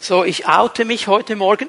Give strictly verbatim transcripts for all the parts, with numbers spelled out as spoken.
So, ich oute mich heute Morgen.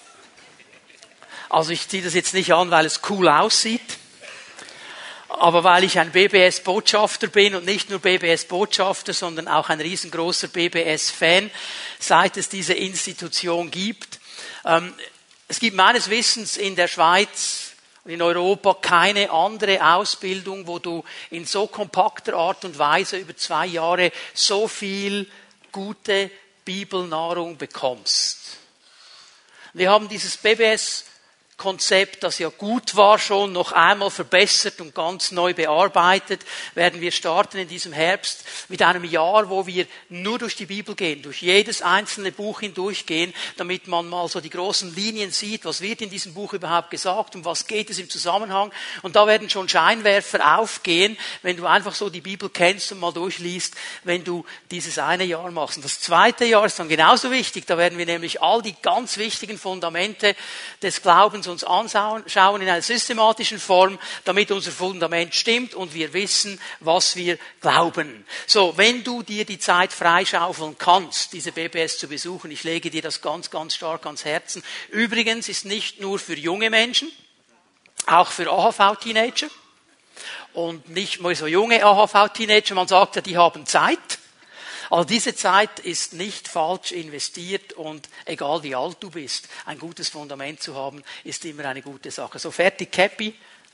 Also ich ziehe das jetzt nicht an, weil es cool aussieht, aber weil ich ein B B S-Botschafter bin und nicht nur B B S-Botschafter, sondern auch ein riesengroßer B B S-Fan, seit es diese Institution gibt. Es gibt meines Wissens in der Schweiz und in Europa keine andere Ausbildung, wo du in so kompakter Art und Weise über zwei Jahre so viel gute Bibelnahrung bekommst. Wir haben dieses B B S-Konzept, das ja gut war schon, noch einmal verbessert und ganz neu bearbeitet, werden wir starten in diesem Herbst mit einem Jahr, wo wir nur durch die Bibel gehen, durch jedes einzelne Buch hindurchgehen, damit man mal so die großen Linien sieht, was wird in diesem Buch überhaupt gesagt, um was geht es im Zusammenhang. Und da werden schon Scheinwerfer aufgehen, wenn du einfach so die Bibel kennst und mal durchliest, wenn du dieses eine Jahr machst. Und das zweite Jahr ist dann genauso wichtig, da werden wir nämlich all die ganz wichtigen Fundamente des Glaubens uns anschauen in einer systematischen Form, damit unser Fundament stimmt und wir wissen, was wir glauben. So, wenn du dir die Zeit freischaufeln kannst, diese B B S zu besuchen, ich lege dir das ganz, ganz stark ans Herzen. Übrigens ist nicht nur für junge Menschen, auch für A H V-Teenager und nicht mal so junge A H V-Teenager, man sagt ja, die haben Zeit. Also diese Zeit ist nicht falsch investiert und egal wie alt du bist, ein gutes Fundament zu haben, ist immer eine gute Sache. So, fertig, Cappy.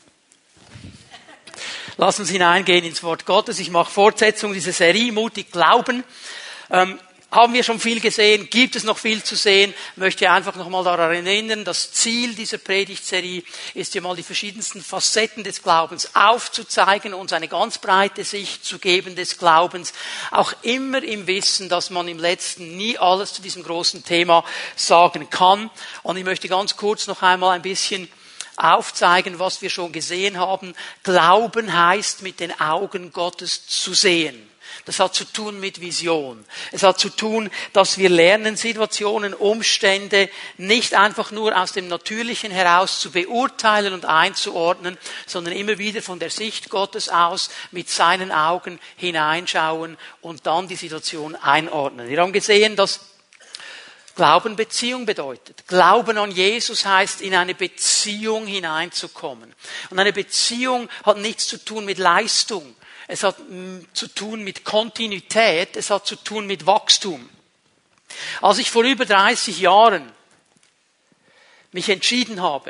Lass uns hineingehen ins Wort Gottes. Ich mache Fortsetzung dieser Serie, mutig glauben. Ähm, haben wir schon viel gesehen? Gibt es noch viel zu sehen? Ich möchte einfach noch mal daran erinnern, das Ziel dieser Predigtserie ist ja mal die verschiedensten Facetten des Glaubens aufzuzeigen, uns eine ganz breite Sicht zu geben des Glaubens, auch immer im Wissen, dass man im Letzten nie alles zu diesem großen Thema sagen kann. Und ich möchte ganz kurz noch einmal ein bisschen aufzeigen, was wir schon gesehen haben. Glauben heißt, mit den Augen Gottes zu sehen. Das hat zu tun mit Vision. Es hat zu tun, dass wir lernen, Situationen, Umstände nicht einfach nur aus dem Natürlichen heraus zu beurteilen und einzuordnen, sondern immer wieder von der Sicht Gottes aus mit seinen Augen hineinschauen und dann die Situation einordnen. Wir haben gesehen, dass Glauben Beziehung bedeutet. Glauben an Jesus heißt, in eine Beziehung hineinzukommen. Und eine Beziehung hat nichts zu tun mit Leistung. Es hat zu tun mit Kontinuität, es hat zu tun mit Wachstum. Als ich vor über dreißig Jahren mich entschieden habe,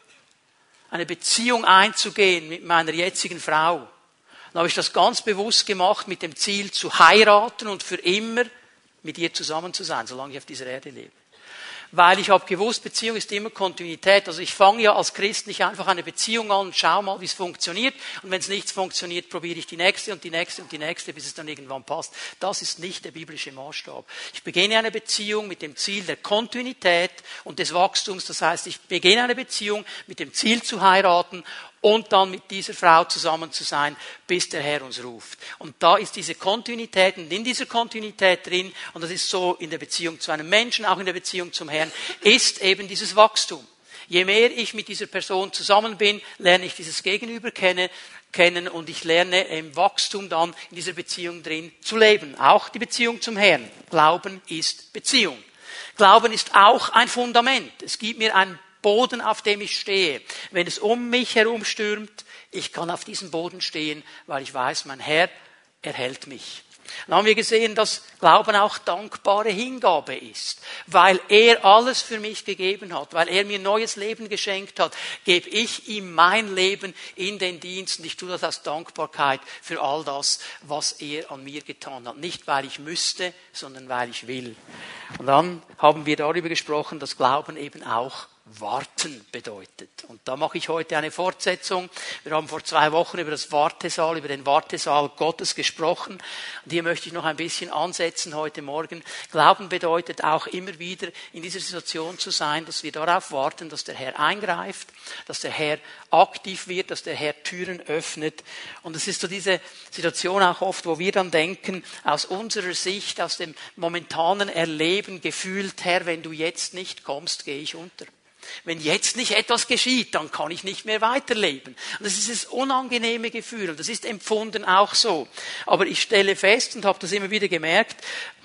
eine Beziehung einzugehen mit meiner jetzigen Frau, dann habe ich das ganz bewusst gemacht mit dem Ziel zu heiraten und für immer mit ihr zusammen zu sein, solange ich auf dieser Erde lebe. Weil ich habe gewusst, Beziehung ist immer Kontinuität. Also ich fange ja als Christ nicht einfach eine Beziehung an und schaue mal, wie es funktioniert. Und wenn es nichts funktioniert, probiere ich die nächste und die nächste und die nächste, bis es dann irgendwann passt. Das ist nicht der biblische Maßstab. Ich beginne eine Beziehung mit dem Ziel der Kontinuität und des Wachstums. Das heißt, ich beginne eine Beziehung mit dem Ziel zu heiraten und dann mit dieser Frau zusammen zu sein, bis der Herr uns ruft. Und da ist diese Kontinuität und in dieser Kontinuität drin, und das ist so in der Beziehung zu einem Menschen, auch in der Beziehung zum Herrn, ist eben dieses Wachstum. Je mehr ich mit dieser Person zusammen bin, lerne ich dieses Gegenüber kennen, kennen und ich lerne im Wachstum dann in dieser Beziehung drin zu leben. Auch die Beziehung zum Herrn. Glauben ist Beziehung. Glauben ist auch ein Fundament. Es gibt mir ein Boden, auf dem ich stehe. Wenn es um mich herum stürmt, ich kann auf diesem Boden stehen, weil ich weiß, mein Herr erhält mich. Dann haben wir gesehen, dass Glauben auch dankbare Hingabe ist. Weil er alles für mich gegeben hat, weil er mir neues Leben geschenkt hat, gebe ich ihm mein Leben in den Dienst und ich tue das aus Dankbarkeit für all das, was er an mir getan hat. Nicht, weil ich müsste, sondern weil ich will. Und dann haben wir darüber gesprochen, dass Glauben eben auch Warten bedeutet. Und da mache ich heute eine Fortsetzung. Wir haben vor zwei Wochen über das Wartesaal, über den Wartesaal Gottes gesprochen. Und hier möchte ich noch ein bisschen ansetzen heute Morgen. Glauben bedeutet auch immer wieder in dieser Situation zu sein, dass wir darauf warten, dass der Herr eingreift, dass der Herr aktiv wird, dass der Herr Türen öffnet. Und es ist so diese Situation auch oft, wo wir dann denken, aus unserer Sicht, aus dem momentanen Erleben gefühlt, Herr, wenn du jetzt nicht kommst, gehe ich unter. Wenn jetzt nicht etwas geschieht, dann kann ich nicht mehr weiterleben. Und das ist das unangenehme Gefühl und das ist empfunden auch so. Aber ich stelle fest und habe das immer wieder gemerkt,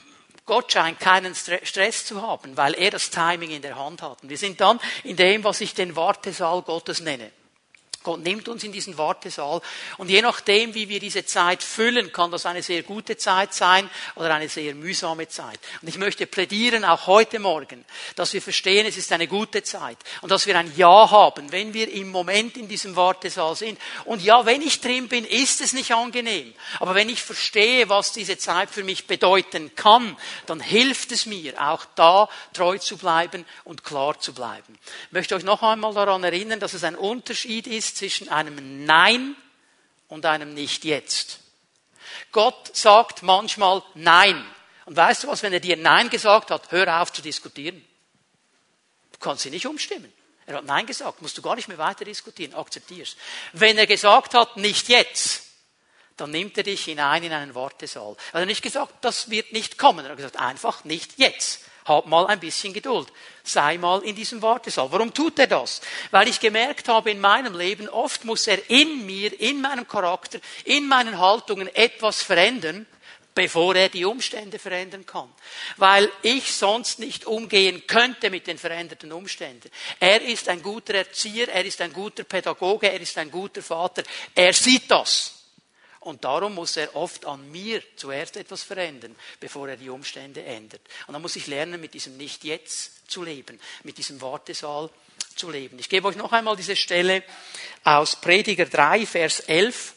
Gott scheint keinen Stress zu haben, weil er das Timing in der Hand hat. Und wir sind dann in dem, was ich den Wartesaal Gottes nenne. Gott nimmt uns in diesen Wartesaal und je nachdem, wie wir diese Zeit füllen, kann das eine sehr gute Zeit sein oder eine sehr mühsame Zeit. Und ich möchte plädieren, auch heute Morgen, dass wir verstehen, es ist eine gute Zeit und dass wir ein Ja haben, wenn wir im Moment in diesem Wartesaal sind. Und ja, wenn ich drin bin, ist es nicht angenehm. Aber wenn ich verstehe, was diese Zeit für mich bedeuten kann, dann hilft es mir, auch da treu zu bleiben und klar zu bleiben. Ich möchte euch noch einmal daran erinnern, dass es ein Unterschied ist zwischen einem Nein und einem Nicht-Jetzt. Gott sagt manchmal Nein. Und weißt du was, wenn er dir Nein gesagt hat, hör auf zu diskutieren. Du kannst ihn nicht umstimmen. Er hat Nein gesagt, musst du gar nicht mehr weiter diskutieren, akzeptierst. Wenn er gesagt hat, nicht jetzt, dann nimmt er dich hinein in einen Wartesaal. Er hat nicht gesagt, das wird nicht kommen. Er hat gesagt, einfach nicht jetzt. Hab mal ein bisschen Geduld. Sei mal in diesem Wartesaal. Warum tut er das? Weil ich gemerkt habe in meinem Leben, oft muss er in mir, in meinem Charakter, in meinen Haltungen etwas verändern, bevor er die Umstände verändern kann. Weil ich sonst nicht umgehen könnte mit den veränderten Umständen. Er ist ein guter Erzieher, er ist ein guter Pädagoge, er ist ein guter Vater. Er sieht das. Und darum muss er oft an mir zuerst etwas verändern, bevor er die Umstände ändert. Und dann muss ich lernen, mit diesem Nicht-Jetzt zu leben, mit diesem Wartesaal zu leben. Ich gebe euch noch einmal diese Stelle aus Prediger drei, Vers elf.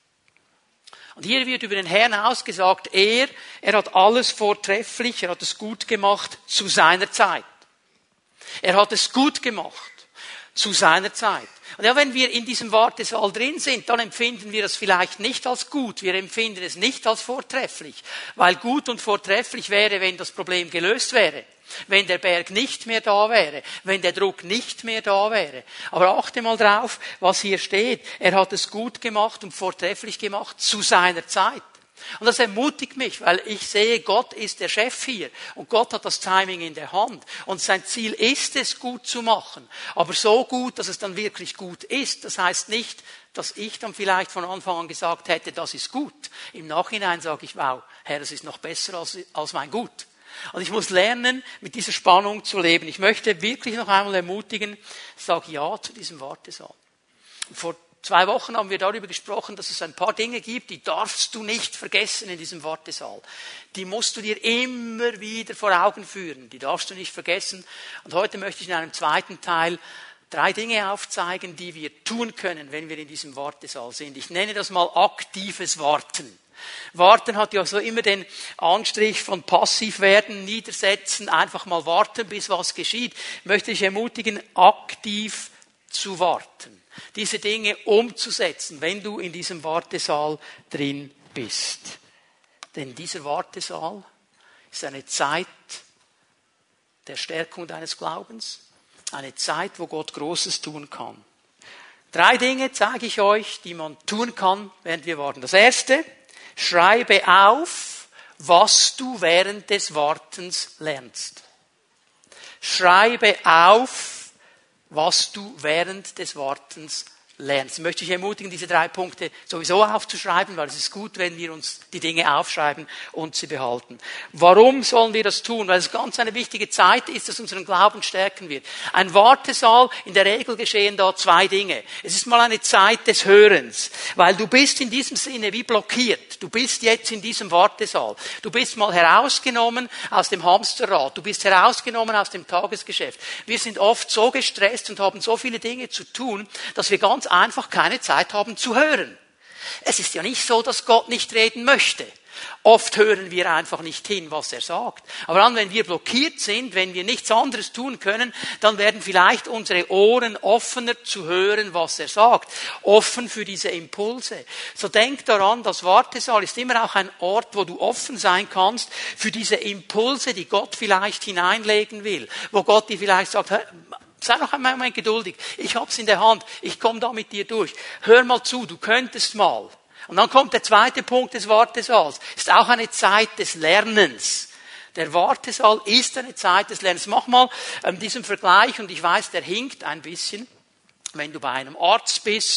Und hier wird über den Herrn ausgesagt, er, er hat alles vortrefflich, er hat es gut gemacht zu seiner Zeit. Er hat es gut gemacht zu seiner Zeit. Und ja, wenn wir in diesem Wartesaal drin sind, dann empfinden wir das vielleicht nicht als gut. Wir empfinden es nicht als vortrefflich. Weil gut und vortrefflich wäre, wenn das Problem gelöst wäre. Wenn der Berg nicht mehr da wäre. Wenn der Druck nicht mehr da wäre. Aber achte mal drauf, was hier steht. Er hat es gut gemacht und vortrefflich gemacht zu seiner Zeit. Und das ermutigt mich, weil ich sehe, Gott ist der Chef hier und Gott hat das Timing in der Hand und sein Ziel ist es, gut zu machen, aber so gut, dass es dann wirklich gut ist. Das heißt nicht, dass ich dann vielleicht von Anfang an gesagt hätte, das ist gut. Im Nachhinein sage ich, wow, Herr, das ist noch besser als, als mein Gut. Und ich muss lernen, mit dieser Spannung zu leben. Ich möchte wirklich noch einmal ermutigen, sag ja zu diesem Wartesaal. Vor Zwei Wochen haben wir darüber gesprochen, dass es ein paar Dinge gibt, die darfst du nicht vergessen in diesem Wartesaal. Die musst du dir immer wieder vor Augen führen. Die darfst du nicht vergessen. Und heute möchte ich in einem zweiten Teil drei Dinge aufzeigen, die wir tun können, wenn wir in diesem Wartesaal sind. Ich nenne das mal aktives Warten. Warten hat ja so immer den Anstrich von passiv werden, niedersetzen, einfach mal warten, bis was geschieht. Ich möchte dich ermutigen, aktiv zu warten. Diese Dinge umzusetzen, wenn du in diesem Wartesaal drin bist. Denn dieser Wartesaal ist eine Zeit der Stärkung deines Glaubens, eine Zeit, wo Gott Großes tun kann. Drei Dinge zeige ich euch, die man tun kann, während wir warten. Das erste, schreibe auf, was du während des Wartens lernst. Schreibe auf, was du während des Wartens lernst. Ich möchte dich ermutigen, diese drei Punkte sowieso aufzuschreiben, weil es ist gut, wenn wir uns die Dinge aufschreiben und sie behalten. Warum sollen wir das tun? Weil es ganz eine wichtige Zeit ist, dass unseren Glauben stärken wird. Ein Wartesaal, in der Regel geschehen da zwei Dinge. Es ist mal eine Zeit des Hörens, weil du bist in diesem Sinne wie blockiert. Du bist jetzt in diesem Wartesaal. Du bist mal herausgenommen aus dem Hamsterrad. Du bist herausgenommen aus dem Tagesgeschäft. Wir sind oft so gestresst und haben so viele Dinge zu tun, dass wir ganz einfach keine Zeit haben zu hören. Es ist ja nicht so, dass Gott nicht reden möchte. Oft hören wir einfach nicht hin, was er sagt. Aber dann, wenn wir blockiert sind, wenn wir nichts anderes tun können, dann werden vielleicht unsere Ohren offener zu hören, was er sagt. Offen für diese Impulse. So denk daran, das Wartesaal ist immer auch ein Ort, wo du offen sein kannst für diese Impulse, die Gott vielleicht hineinlegen will. Wo Gott dir vielleicht sagt, sei noch einmal Moment geduldig. Ich hab's in der Hand. Ich komme da mit dir durch. Hör mal zu, du könntest mal. Und dann kommt der zweite Punkt des Wartesaals. Ist auch eine Zeit des Lernens. Der Wartesaal ist eine Zeit des Lernens. Mach mal ähm, diesen Vergleich, und ich weiß, der hinkt ein bisschen. Wenn du bei einem Arzt bist,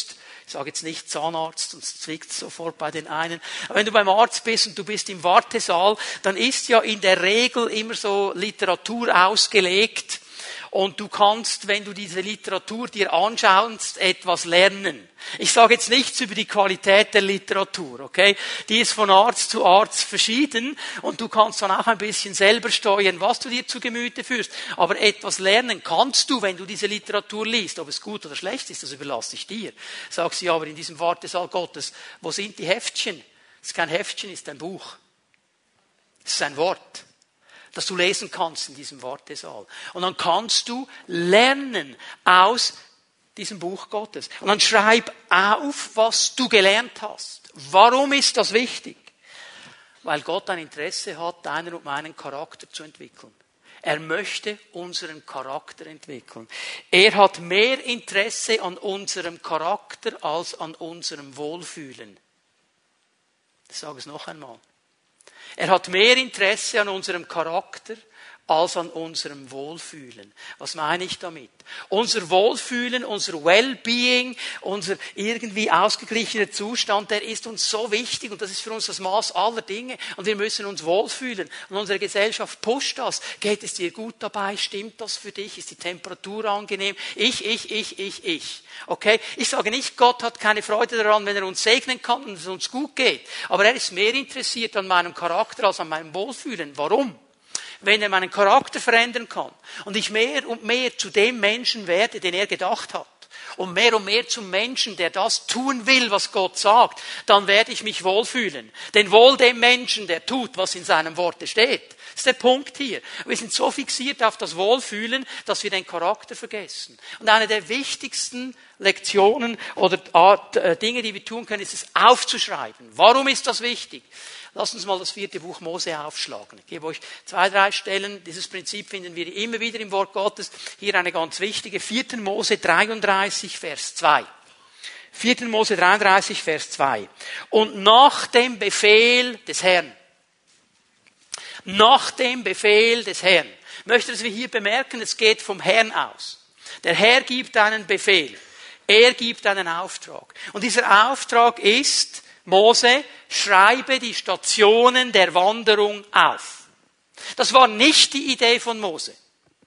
Ich sage jetzt nicht Zahnarzt, sonst zwickt es sofort bei den einen. Aber wenn du beim Arzt bist und du bist im Wartesaal, dann ist ja in der Regel immer so Literatur ausgelegt. Und du kannst, wenn du diese Literatur dir anschaust, etwas lernen. Ich sage jetzt nichts über die Qualität der Literatur, okay? Die ist von Arzt zu Arzt verschieden und du kannst dann auch ein bisschen selber steuern, was du dir zu Gemüte führst. Aber etwas lernen kannst du, wenn du diese Literatur liest. Ob es gut oder schlecht ist, das überlasse ich dir. Sagst du, ja, aber in diesem Wartesaal Gottes, wo sind die Heftchen? Das ist kein Heftchen, ist ein Buch. Das ist ein Wort, das du lesen kannst in diesem Wartesaal. Und dann kannst du lernen aus diesem Buch Gottes. Und dann schreib auf, was du gelernt hast. Warum ist das wichtig? Weil Gott ein Interesse hat, deinen und meinen Charakter zu entwickeln. Er möchte unseren Charakter entwickeln. Er hat mehr Interesse an unserem Charakter als an unserem Wohlfühlen. Ich sage es noch einmal. Er hat mehr Interesse an unserem Charakter als an unserem Wohlfühlen. Was meine ich damit? Unser Wohlfühlen, unser Wellbeing, unser irgendwie ausgeglichener Zustand, der ist uns so wichtig und das ist für uns das Maß aller Dinge und wir müssen uns wohlfühlen und unsere Gesellschaft pusht das. Geht es dir gut dabei? Stimmt das für dich? Ist die Temperatur angenehm? Ich, ich, ich, ich, ich. Okay? Ich sage nicht, Gott hat keine Freude daran, wenn er uns segnen kann und es uns gut geht. Aber er ist mehr interessiert an meinem Charakter als an meinem Wohlfühlen. Warum? Wenn er meinen Charakter verändern kann und ich mehr und mehr zu dem Menschen werde, den er gedacht hat und mehr und mehr zum Menschen, der das tun will, was Gott sagt, dann werde ich mich wohlfühlen. Denn wohl dem Menschen, der tut, was in seinem Worte steht. Das ist der Punkt hier. Wir sind so fixiert auf das Wohlfühlen, dass wir den Charakter vergessen. Und eine der wichtigsten Lektionen oder Art, äh, Dinge, die wir tun können, ist es aufzuschreiben. Warum ist das wichtig? Lass uns mal das vierte Buch Mose aufschlagen. Ich gebe euch zwei, drei Stellen. Dieses Prinzip finden wir immer wieder im Wort Gottes. Hier eine ganz wichtige. vierter Mose dreiunddreißig, Vers zwei. vierter Mose dreiunddreißig, Vers zwei. Und nach dem Befehl des Herrn. Nach dem Befehl des Herrn. Ich möchte, dass wir hier bemerken, es geht vom Herrn aus. Der Herr gibt einen Befehl. Er gibt einen Auftrag. Und dieser Auftrag ist, Mose, schreibe die Stationen der Wanderung auf. Das war nicht die Idee von Mose.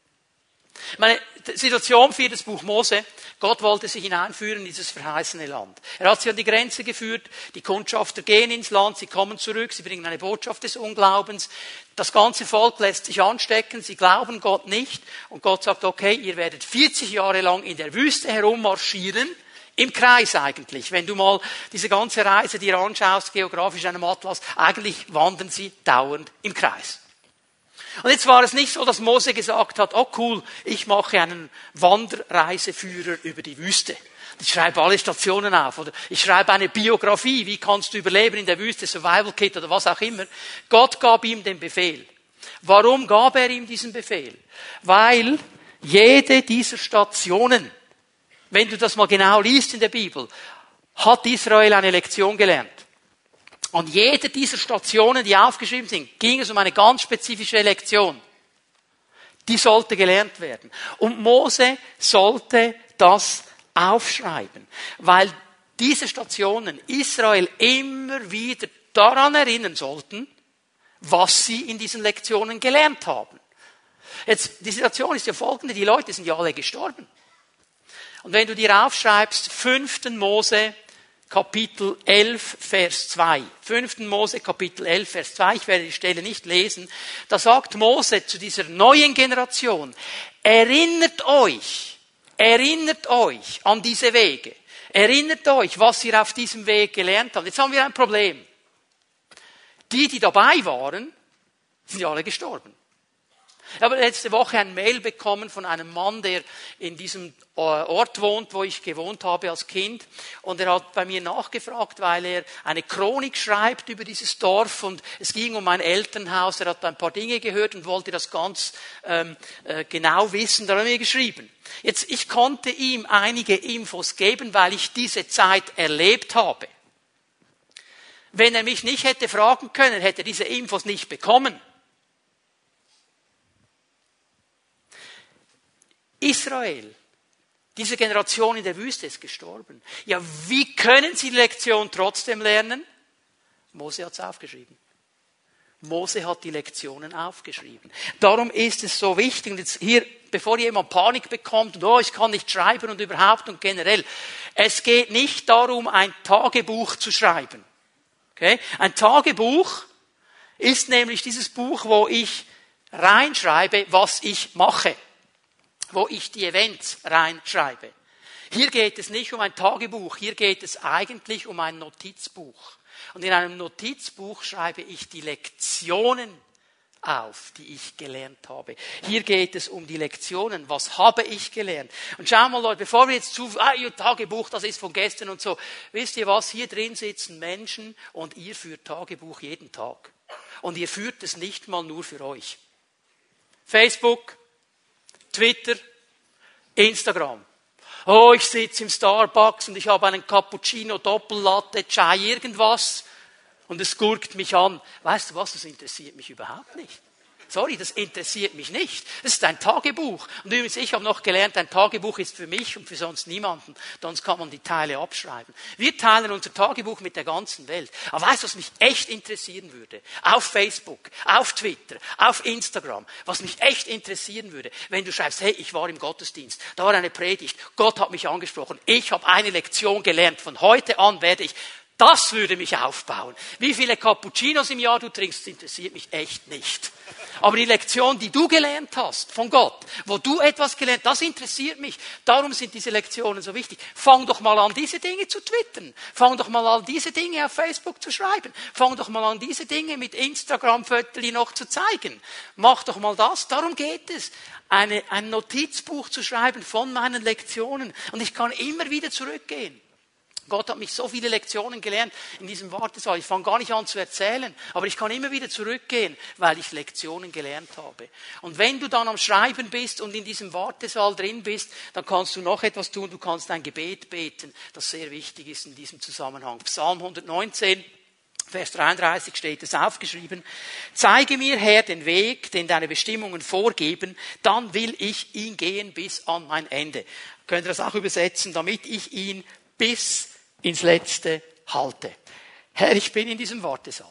Meine Situation für das Buch Mose, Gott wollte sich hineinführen in dieses verheißene Land. Er hat sie an die Grenze geführt, die Kundschafter gehen ins Land, sie kommen zurück, sie bringen eine Botschaft des Unglaubens. Das ganze Volk lässt sich anstecken, sie glauben Gott nicht. Und Gott sagt, okay, ihr werdet vierzig Jahre lang in der Wüste herummarschieren, im Kreis eigentlich. Wenn du mal diese ganze Reise dir anschaust, geografisch in einem Atlas, eigentlich wandern sie dauernd im Kreis. Und jetzt war es nicht so, dass Mose gesagt hat, oh cool, ich mache einen Wanderreiseführer über die Wüste. Ich schreibe alle Stationen auf. Oder ich schreibe eine Biografie, wie kannst du überleben in der Wüste, Survival Kit oder was auch immer. Gott gab ihm den Befehl. Warum gab er ihm diesen Befehl? Weil jede dieser Stationen, wenn du das mal genau liest in der Bibel, hat Israel eine Lektion gelernt. Und jede dieser Stationen, die aufgeschrieben sind, ging es um eine ganz spezifische Lektion. Die sollte gelernt werden. Und Mose sollte das aufschreiben, weil diese Stationen Israel immer wieder daran erinnern sollten, was sie in diesen Lektionen gelernt haben. Jetzt, die Situation ist ja folgende, die Leute sind ja alle gestorben. Und wenn du dir aufschreibst, fünfter Mose, Kapitel elf, Vers zwei. fünfter Mose, Kapitel elf, Vers zwei. Ich werde die Stelle nicht lesen. Da sagt Mose zu dieser neuen Generation, erinnert euch, erinnert euch an diese Wege. Erinnert euch, was ihr auf diesem Weg gelernt habt. Jetzt haben wir ein Problem. Die, die dabei waren, sind ja alle gestorben. Ich habe letzte Woche ein Mail bekommen von einem Mann, der in diesem Ort wohnt, wo ich gewohnt habe als Kind. Und er hat bei mir nachgefragt, weil er eine Chronik schreibt über dieses Dorf. Und es ging um mein Elternhaus. Er hat ein paar Dinge gehört und wollte das ganz ähm, äh, genau wissen. Da hat er mir geschrieben. Jetzt, ich konnte ihm einige Infos geben, weil ich diese Zeit erlebt habe. Wenn er mich nicht hätte fragen können, hätte er diese Infos nicht bekommen. Israel, Diese Generation in der Wüste ist gestorben. Ja, wie können sie die Lektion trotzdem lernen? Mose hat es aufgeschrieben. Mose hat die Lektionen aufgeschrieben. Darum ist es so wichtig, und jetzt hier, bevor jemand Panik bekommt, und oh, ich kann nicht schreiben und überhaupt und generell. Es geht nicht darum, ein Tagebuch zu schreiben. Okay? Ein Tagebuch ist nämlich dieses Buch, wo ich reinschreibe, was ich mache. Wo ich die Events reinschreibe. Hier geht es nicht um ein Tagebuch, hier geht es eigentlich um ein Notizbuch. Und in einem Notizbuch schreibe ich die Lektionen auf, die ich gelernt habe. Hier geht es um die Lektionen. Was habe ich gelernt? Und schau mal, Leute, bevor wir jetzt zu, ah, ihr Tagebuch, das ist von gestern und so. Wisst ihr was? Hier drin sitzen Menschen und ihr führt Tagebuch jeden Tag. Und ihr führt es nicht mal nur für euch. Facebook, Twitter, Instagram. Oh, ich sitze im Starbucks und ich habe einen Cappuccino, Doppellatte, Chai, irgendwas. Und es gurkt mich an. Weißt du was, das interessiert mich überhaupt nicht. Sorry, das interessiert mich nicht. Das ist ein Tagebuch. Und übrigens, ich habe noch gelernt, ein Tagebuch ist für mich und für sonst niemanden. Sonst kann man die Teile abschreiben. Wir teilen unser Tagebuch mit der ganzen Welt. Aber weißt du, was mich echt interessieren würde? Auf Facebook, auf Twitter, auf Instagram. Was mich echt interessieren würde, wenn du schreibst, hey, ich war im Gottesdienst, da war eine Predigt, Gott hat mich angesprochen, ich habe eine Lektion gelernt, von heute an werde ich... Das würde mich aufbauen. Wie viele Cappuccinos im Jahr du trinkst, interessiert mich echt nicht. Aber die Lektion, die du gelernt hast von Gott, wo du etwas gelernt hast, das interessiert mich. Darum sind diese Lektionen so wichtig. Fang doch mal an, diese Dinge zu twittern. Fang doch mal an, diese Dinge auf Facebook zu schreiben. Fang doch mal an, diese Dinge mit Instagram-Viertel noch zu zeigen. Mach doch mal das. Darum geht es. Eine, ein Notizbuch zu schreiben von meinen Lektionen. Und ich kann immer wieder zurückgehen. Gott hat mich so viele Lektionen gelernt in diesem Wartesaal. Ich fange gar nicht an zu erzählen, aber ich kann immer wieder zurückgehen, weil ich Lektionen gelernt habe. Und wenn du dann am Schreiben bist und in diesem Wartesaal drin bist, dann kannst du noch etwas tun. Du kannst ein Gebet beten, das sehr wichtig ist in diesem Zusammenhang. Psalm hundertneunzehn, Vers dreiunddreißig steht es aufgeschrieben. Zeige mir, Herr, den Weg, den deine Bestimmungen vorgeben, dann will ich ihn gehen bis an mein Ende. Könnt ihr das auch übersetzen, damit ich ihn bis ins Letzte halte. Herr, ich bin in diesem Wartesaal.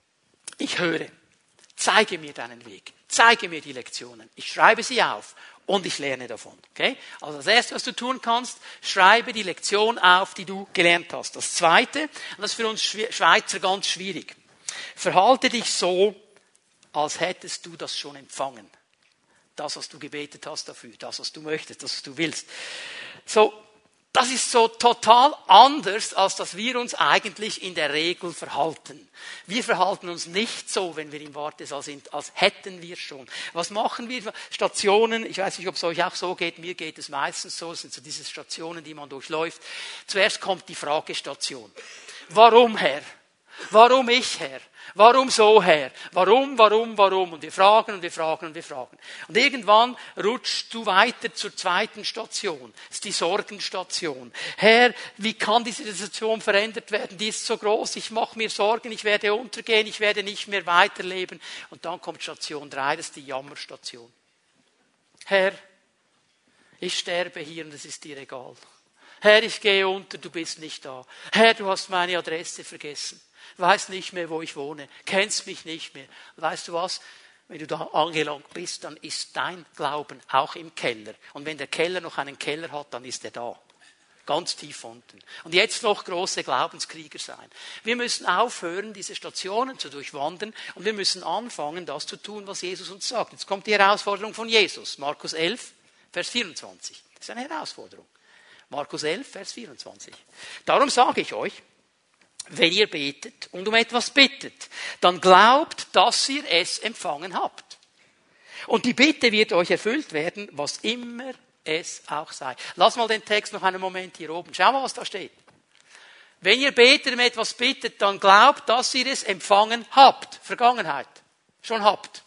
Ich höre. Zeige mir deinen Weg. Zeige mir die Lektionen. Ich schreibe sie auf und ich lerne davon. Okay? Also das Erste, was du tun kannst, schreibe die Lektion auf, die du gelernt hast. Das Zweite, und das ist für uns Schweizer ganz schwierig. Verhalte dich so, als hättest du das schon empfangen. Das, was du gebetet hast dafür. Das, was du möchtest. Das, was du willst. So, das ist so total anders, als dass wir uns eigentlich in der Regel verhalten. Wir verhalten uns nicht so, wenn wir im Wartesaal sind, als hätten wir schon. Was machen wir? Stationen, ich weiß nicht, ob es euch auch so geht, mir geht es meistens so, es sind so diese Stationen, die man durchläuft. Zuerst kommt die Fragestation. Warum, Herr? Warum ich, Herr? Warum so, Herr? Warum, warum, warum? Und wir fragen und wir fragen und wir fragen. Und irgendwann rutschst du weiter zur zweiten Station. Das ist die Sorgenstation. Herr, wie kann diese Situation verändert werden? Die ist so groß, ich mache mir Sorgen, ich werde untergehen, ich werde nicht mehr weiterleben. Und dann kommt Station drei, das ist die Jammerstation. Herr, ich sterbe hier und es ist dir egal. Herr, ich gehe unter, du bist nicht da. Herr, du hast meine Adresse vergessen. Weißt nicht mehr, wo ich wohne, kennst mich nicht mehr. Weißt du was? Wenn du da angelangt bist, dann ist dein Glauben auch im Keller. Und wenn der Keller noch einen Keller hat, dann ist er da. Ganz tief unten. Und jetzt noch große Glaubenskrieger sein. Wir müssen aufhören, diese Stationen zu durchwandern und wir müssen anfangen, das zu tun, was Jesus uns sagt. Jetzt kommt die Herausforderung von Jesus. Markus elf, Vers vierundzwanzig. Das ist eine Herausforderung. Markus elf, Vers vierundzwanzig. Darum sage ich euch, wenn ihr betet und um etwas bittet, dann glaubt, dass ihr es empfangen habt. Und die Bitte wird euch erfüllt werden, was immer es auch sei. Lass mal den Text noch einen Moment hier oben. Schau mal, was da steht. Wenn ihr betet um etwas bittet, dann glaubt, dass ihr es empfangen habt. Vergangenheit. Schon habt.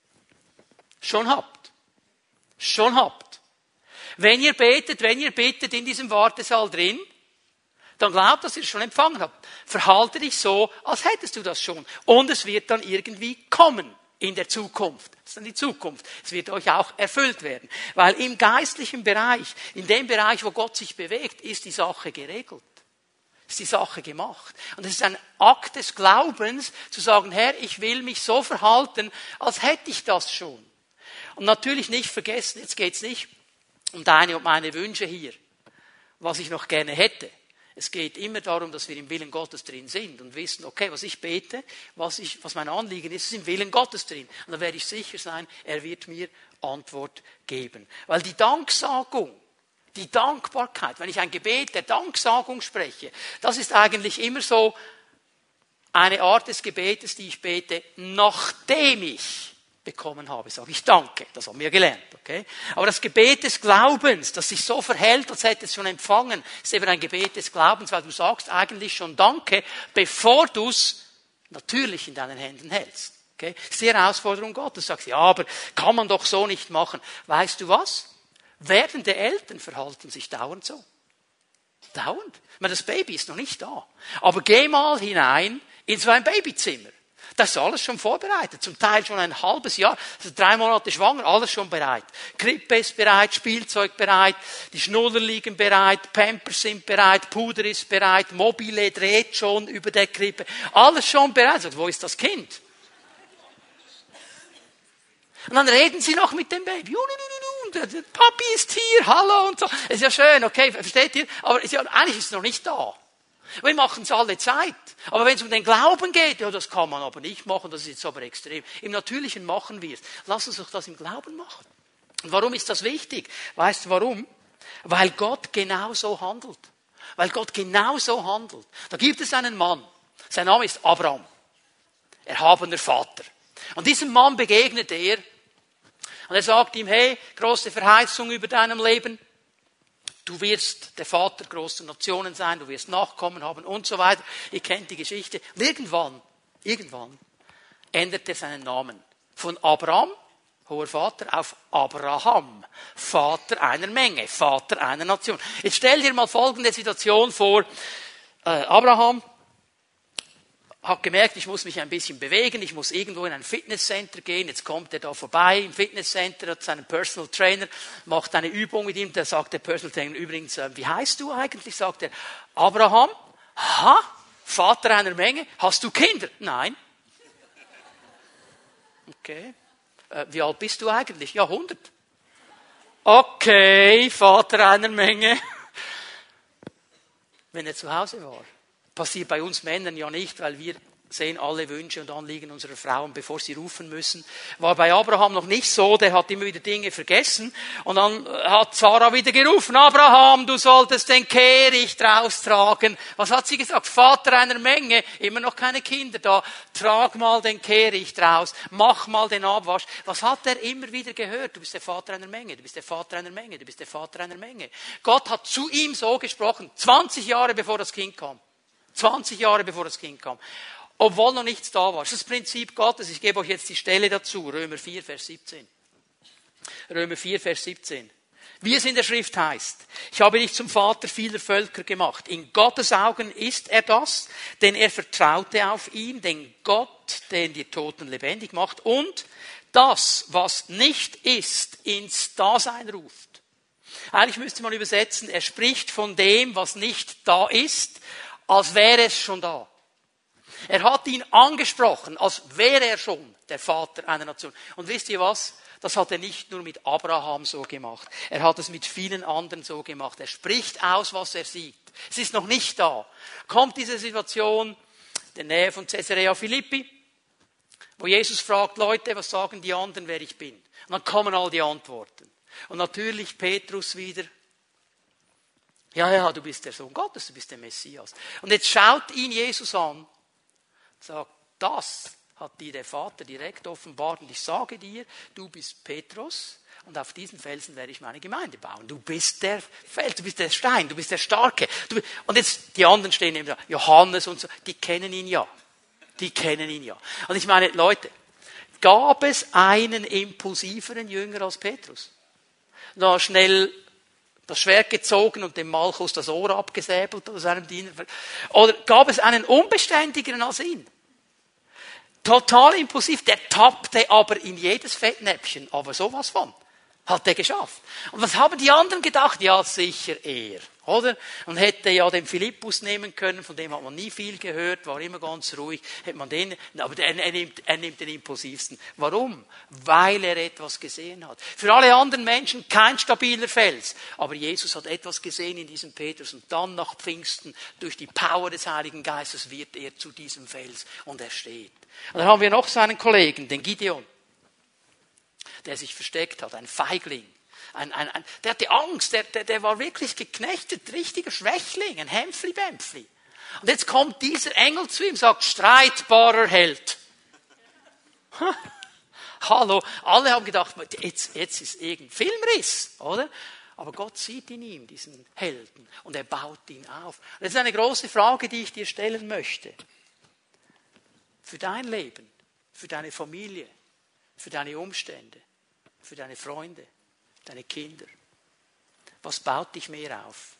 Schon habt. Schon habt. Wenn ihr betet, wenn ihr bittet in diesem Wartesaal drin, dann glaubt, dass ihr es schon empfangen habt. Verhalte dich so, als hättest du das schon. Und es wird dann irgendwie kommen. in der Zukunft. Das ist dann die Zukunft. Es wird euch auch erfüllt werden. Weil im geistlichen Bereich, in dem Bereich, wo Gott sich bewegt, ist die Sache geregelt. Ist die Sache gemacht. Und es ist ein Akt des Glaubens, zu sagen, Herr, ich will mich so verhalten, als hätte ich das schon. Und natürlich nicht vergessen, jetzt geht es nicht um deine und meine Wünsche hier, was ich noch gerne hätte. Es geht immer darum, dass wir im Willen Gottes drin sind und wissen, okay, was ich bete, was, ich, was mein Anliegen ist, ist im Willen Gottes drin. Und dann werde ich sicher sein, er wird mir Antwort geben. Weil die Danksagung, die Dankbarkeit, wenn ich ein Gebet der Danksagung spreche, das ist eigentlich immer so eine Art des Gebetes, die ich bete, nachdem ich bekommen habe, sage ich danke. Das haben wir gelernt, okay? Aber das Gebet des Glaubens, das sich so verhält, als hätte es schon empfangen, ist eben ein Gebet des Glaubens, weil du sagst eigentlich schon danke, bevor du es natürlich in deinen Händen hältst. Okay? Das ist die Herausforderung Gottes. Du sagst, ja, aber kann man doch so nicht machen. Weißt du was? Werdende Eltern verhalten sich dauernd so. Dauernd. Ich meine, das Baby ist noch nicht da. Aber geh mal hinein in so ein Babyzimmer. Das ist alles schon vorbereitet. Zum Teil schon ein halbes Jahr, also drei Monate schwanger, alles schon bereit. Krippe ist bereit, Spielzeug bereit, die Schnuller liegen bereit, Pampers sind bereit, Puder ist bereit, Mobile dreht schon über der Krippe. Alles schon bereit. Sagt, wo ist das Kind? Und dann reden sie noch mit dem Baby. Der Papi ist hier, hallo und so. Ist ja schön, okay, versteht ihr? Aber ist ja, eigentlich ist es noch nicht da. Wir machen es alle Zeit. Aber wenn es um den Glauben geht, ja, das kann man aber nicht machen, das ist jetzt aber extrem. Im Natürlichen machen wir es. Lass uns doch das im Glauben machen. Und warum ist das wichtig? Weißt du warum? Weil Gott genau so handelt. Weil Gott genau so handelt. Da gibt es einen Mann. Sein Name ist Abraham. Erhabener Vater. Und diesem Mann begegnet er. Und er sagt ihm, hey, große Verheißung über deinem Leben. Du wirst der Vater großer Nationen sein, du wirst Nachkommen haben und so weiter. Ihr kennt die Geschichte. Und irgendwann, irgendwann ändert er seinen Namen. Von Abraham, hoher Vater, auf Abraham, Vater einer Menge, Vater einer Nation. Jetzt stell dir mal folgende Situation vor. Äh, Abraham hat gemerkt, ich muss mich ein bisschen bewegen, ich muss irgendwo in ein Fitnesscenter gehen, jetzt kommt er da vorbei im Fitnesscenter, hat seinen Personal Trainer, macht eine Übung mit ihm, da sagt der Personal Trainer übrigens, äh, wie heißt du eigentlich? Sagt er, Abraham, aha, Vater einer Menge, hast du Kinder? Nein. Okay, äh, wie alt bist du eigentlich? Ja, hundert. Okay, Vater einer Menge. Wenn er zu Hause war. Passiert bei uns Männern ja nicht, weil wir sehen alle Wünsche und Anliegen unserer Frauen, bevor sie rufen müssen. War bei Abraham noch nicht so, der hat immer wieder Dinge vergessen. Und dann hat Sarah wieder gerufen, Abraham, du solltest den Kehricht raustragen. Was hat sie gesagt? Vater einer Menge, immer noch keine Kinder da. Trag mal den Kehricht raus, mach mal den Abwasch. Was hat er immer wieder gehört? Du bist der Vater einer Menge, du bist der Vater einer Menge, du bist der Vater einer Menge. Gott hat zu ihm so gesprochen, zwanzig Jahre bevor das Kind kam. zwanzig Jahre bevor das Kind kam. Obwohl noch nichts da war. Das ist das Prinzip Gottes. Ich gebe euch jetzt die Stelle dazu. Römer vier, Vers siebzehn. Römer vier, Vers siebzehn. Wie es in der Schrift heißt. Ich habe dich zum Vater vieler Völker gemacht. In Gottes Augen ist er das, denn er vertraute auf ihn, den Gott, den die Toten lebendig macht und das, was nicht ist, ins Dasein ruft. Eigentlich müsste man übersetzen, er spricht von dem, was nicht da ist, als wäre es schon da. Er hat ihn angesprochen, als wäre er schon der Vater einer Nation. Und wisst ihr was? Das hat er nicht nur mit Abraham so gemacht. Er hat es mit vielen anderen so gemacht. Er spricht aus, was er sieht. Es ist noch nicht da. Kommt diese Situation in der Nähe von Caesarea Philippi, wo Jesus fragt, Leute, was sagen die anderen, wer ich bin? Und dann kommen all die Antworten. Und natürlich Petrus wieder. Ja, ja, du bist der Sohn Gottes, du bist der Messias. Und jetzt schaut ihn Jesus an, sagt, das hat dir der Vater direkt offenbart. Und ich sage dir, du bist Petrus und auf diesen Felsen werde ich meine Gemeinde bauen. Du bist der Fels, du bist der Stein, du bist der Starke. Du bist, und jetzt, die anderen stehen eben da, Johannes und so, die kennen ihn ja. Die kennen ihn ja. Und ich meine, Leute, gab es einen impulsiveren Jünger als Petrus? Na, schnell das Schwert gezogen und dem Malchus das Ohr abgesäbelt oder seinem Diener. Oder gab es einen unbeständigeren als ihn? Total impulsiv. Der tappte aber in jedes Fettnäpfchen. Aber sowas von. Hat er geschafft. Und was haben die anderen gedacht? Ja, sicher er. Oder? Und hätte ja den Philippus nehmen können, von dem hat man nie viel gehört, war immer ganz ruhig. Hätte man den, aber er, er, nimmt, er nimmt den impulsivsten. Warum? Weil er etwas gesehen hat. Für alle anderen Menschen kein stabiler Fels. Aber Jesus hat etwas gesehen in diesem Petrus. Und dann nach Pfingsten, durch die Power des Heiligen Geistes, wird er zu diesem Fels. Und er steht. Und dann haben wir noch so einen Kollegen, den Gideon, der sich versteckt hat, ein Feigling. Ein, ein, ein, der hatte Angst, der, der, der war wirklich geknechtet, richtiger Schwächling, ein Hämpfli-Bämpfli. Und jetzt kommt dieser Engel zu ihm und sagt, streitbarer Held. Hallo, alle haben gedacht, jetzt, jetzt ist irgendein Filmriss, oder? Aber Gott sieht in ihm diesen Helden und er baut ihn auf. Und das ist eine große Frage, die ich dir stellen möchte. Für dein Leben, für deine Familie, für deine Umstände, für deine Freunde, deine Kinder. Was baut dich mehr auf?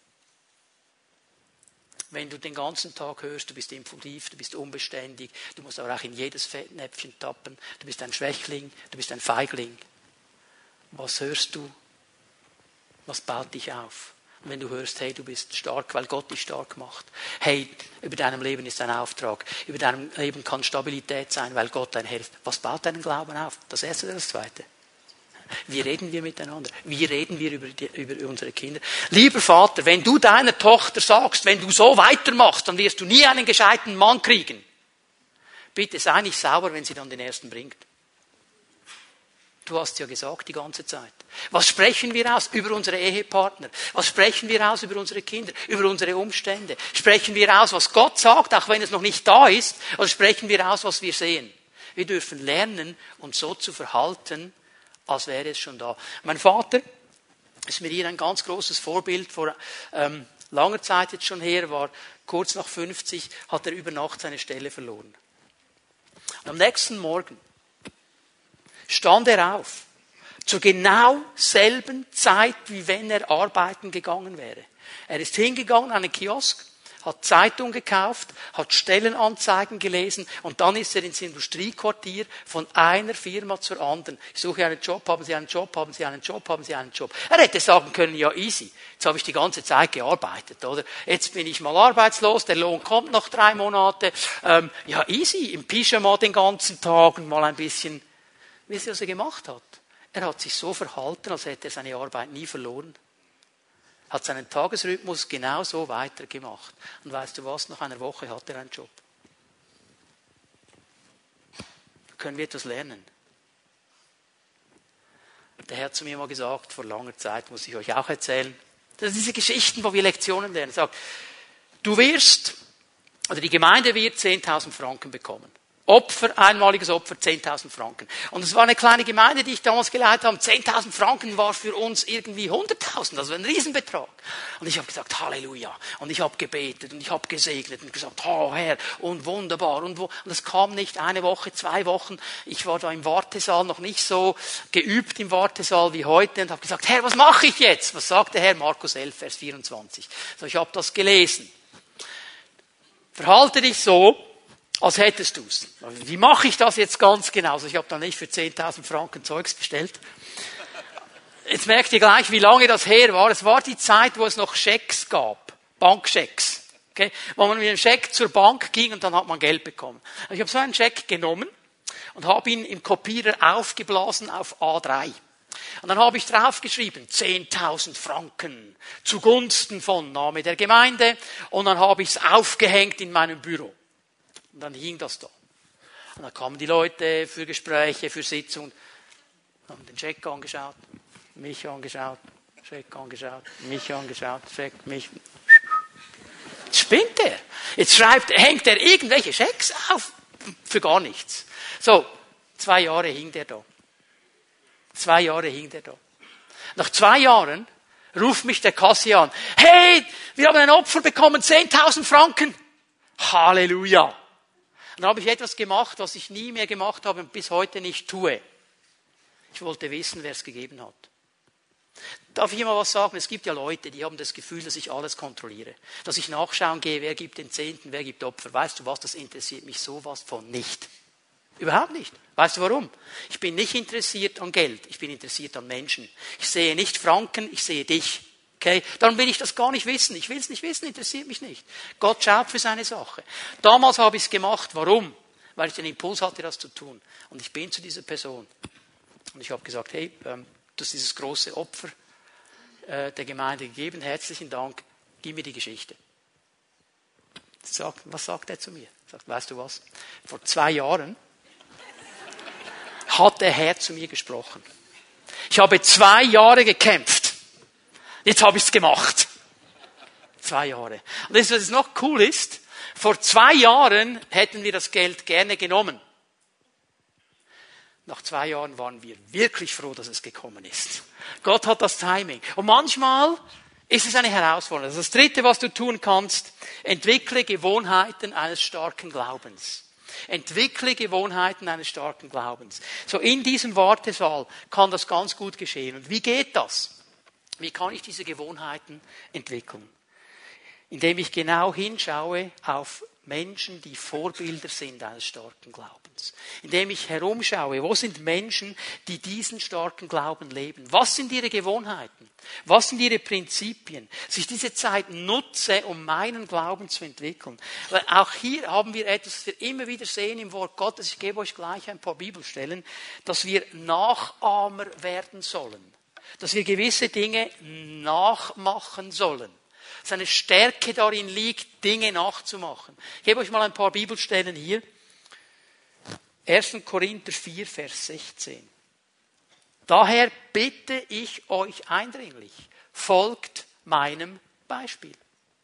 Wenn du den ganzen Tag hörst, du bist impulsiv, du bist unbeständig, du musst aber auch in jedes Fettnäpfchen tappen, du bist ein Schwächling, du bist ein Feigling. Was hörst du? Was baut dich auf? Und wenn du hörst, hey, du bist stark, weil Gott dich stark macht. Hey, über deinem Leben ist ein Auftrag. Über deinem Leben kann Stabilität sein, weil Gott dein hilft. Was baut deinen Glauben auf? Das Erste oder das Zweite? Wie reden wir miteinander? Wie reden wir über, die, über unsere Kinder? Lieber Vater, wenn du deiner Tochter sagst, wenn du so weitermachst, dann wirst du nie einen gescheiten Mann kriegen. Bitte sei nicht sauer, wenn sie dann den ersten bringt. Du hast ja gesagt die ganze Zeit. Was sprechen wir aus über unsere Ehepartner? Was sprechen wir aus über unsere Kinder? Über unsere Umstände? Sprechen wir aus, was Gott sagt, auch wenn es noch nicht da ist? Oder sprechen wir aus, was wir sehen? Wir dürfen lernen, uns so zu verhalten, als wäre es schon da. Mein Vater ist mir hier ein ganz großes Vorbild. Vor ähm, langer Zeit jetzt schon her, war kurz nach fünfzig, hat er über Nacht seine Stelle verloren. Und am nächsten Morgen stand er auf, zur genau selben Zeit, wie wenn er arbeiten gegangen wäre. Er ist hingegangen an einen Kiosk, hat Zeitung gekauft, hat Stellenanzeigen gelesen und dann ist er ins Industriequartier von einer Firma zur anderen. Ich suche einen Job, haben Sie einen Job, haben Sie einen Job, haben Sie einen Job. Er hätte sagen können, ja easy, jetzt habe ich die ganze Zeit gearbeitet, oder? Jetzt bin ich mal arbeitslos, der Lohn kommt nach drei Monate. Ähm, ja easy, im Pyjama den ganzen Tag und mal ein bisschen. Wisst ihr, was er gemacht hat? Er hat sich so verhalten, als hätte er seine Arbeit nie verloren. Hat seinen Tagesrhythmus genau so weitergemacht. Und weißt du was? Nach einer Woche hat er einen Job. Da können wir etwas lernen. Der Herr hat zu mir mal gesagt, vor langer Zeit, muss ich euch auch erzählen, das sind diese Geschichten, wo wir Lektionen lernen. Er sagt, du wirst, oder die Gemeinde wird zehntausend Franken bekommen. Opfer, einmaliges Opfer, zehntausend Franken. Und es war eine kleine Gemeinde, die ich damals geleitet habe. zehntausend Franken war für uns irgendwie hunderttausend, also ein Riesenbetrag. Und ich habe gesagt, Halleluja. Und ich habe gebetet und ich habe gesegnet und gesagt, oh Herr, und wunderbar. Und, wo. und es kam nicht eine Woche, zwei Wochen. Ich war da im Wartesaal noch nicht so geübt im Wartesaal wie heute und habe gesagt, Herr, was mache ich jetzt? Was sagt der Herr? Markus elf, Vers vierundzwanzig. So, ich habe das gelesen. Verhalte dich so, als hättest du es. Wie mache ich das jetzt ganz genau? Also ich habe da nicht für zehntausend Franken Zeugs bestellt. Jetzt merkt ihr gleich, wie lange das her war. Es war die Zeit, wo es noch Schecks gab. Bankschecks. Okay? Wo man mit einem Scheck zur Bank ging und dann hat man Geld bekommen. Also ich habe so einen Scheck genommen und habe ihn im Kopierer aufgeblasen auf A drei. Und dann habe ich draufgeschrieben, zehntausend Franken zugunsten von Name der Gemeinde. Und dann habe ich es aufgehängt in meinem Büro. Und dann hing das da. Und dann kamen die Leute für Gespräche, für Sitzungen, haben den Scheck angeschaut, mich angeschaut, Scheck angeschaut, mich angeschaut, Scheck, mich. Jetzt spinnt er. Jetzt schreibt, hängt er irgendwelche Schecks auf. Für gar nichts. So, zwei Jahre hing der da. Zwei Jahre hing der da. Nach zwei Jahren ruft mich der Kassier an. Hey, wir haben ein Opfer bekommen, zehntausend Franken. Halleluja. Und dann habe ich etwas gemacht, was ich nie mehr gemacht habe und bis heute nicht tue. Ich wollte wissen, wer es gegeben hat. Darf ich immer was sagen? Es gibt ja Leute, die haben das Gefühl, dass ich alles kontrolliere. Dass ich nachschauen gehe, wer gibt den Zehnten, wer gibt Opfer. Weißt du was, das interessiert mich sowas von nicht. Überhaupt nicht. Weißt du warum? Ich bin nicht interessiert an Geld, ich bin interessiert an Menschen. Ich sehe nicht Franken, ich sehe dich. Okay? Darum will ich das gar nicht wissen. Ich will es nicht wissen, interessiert mich nicht. Gott schaut für seine Sache. Damals habe ich es gemacht. Warum? Weil ich den Impuls hatte, das zu tun. Und ich bin zu dieser Person. Und ich habe gesagt, hey, ähm, du hast dieses große Opfer äh, der Gemeinde gegeben. Herzlichen Dank. Gib mir die Geschichte. Sagt, was sagt er zu mir? Er sagt, weißt du was? Vor zwei Jahren hat der Herr zu mir gesprochen. Ich habe zwei Jahre gekämpft. Jetzt habe ich es gemacht. Zwei Jahre. Und das, was noch cool ist, vor zwei Jahren hätten wir das Geld gerne genommen. Nach zwei Jahren waren wir wirklich froh, dass es gekommen ist. Gott hat das Timing. Und manchmal ist es eine Herausforderung. Also das Dritte, was du tun kannst, entwickle Gewohnheiten eines starken Glaubens. Entwickle Gewohnheiten eines starken Glaubens. So in diesem Wartesaal kann das ganz gut geschehen. Und wie geht das? Wie kann ich diese Gewohnheiten entwickeln? Indem ich genau hinschaue auf Menschen, die Vorbilder sind eines starken Glaubens. Indem ich herumschaue, wo sind Menschen, die diesen starken Glauben leben? Was sind ihre Gewohnheiten? Was sind ihre Prinzipien? Dass ich diese Zeit nutze, um meinen Glauben zu entwickeln. Weil auch hier haben wir etwas, das wir immer wieder sehen im Wort Gottes. Ich gebe euch gleich ein paar Bibelstellen, dass wir Nachahmer werden sollen. Dass wir gewisse Dinge nachmachen sollen. Dass eine Stärke darin liegt, Dinge nachzumachen. Ich gebe euch mal ein paar Bibelstellen hier. erster Korinther vier, Vers sechzehn. Daher bitte ich euch eindringlich, folgt meinem Beispiel.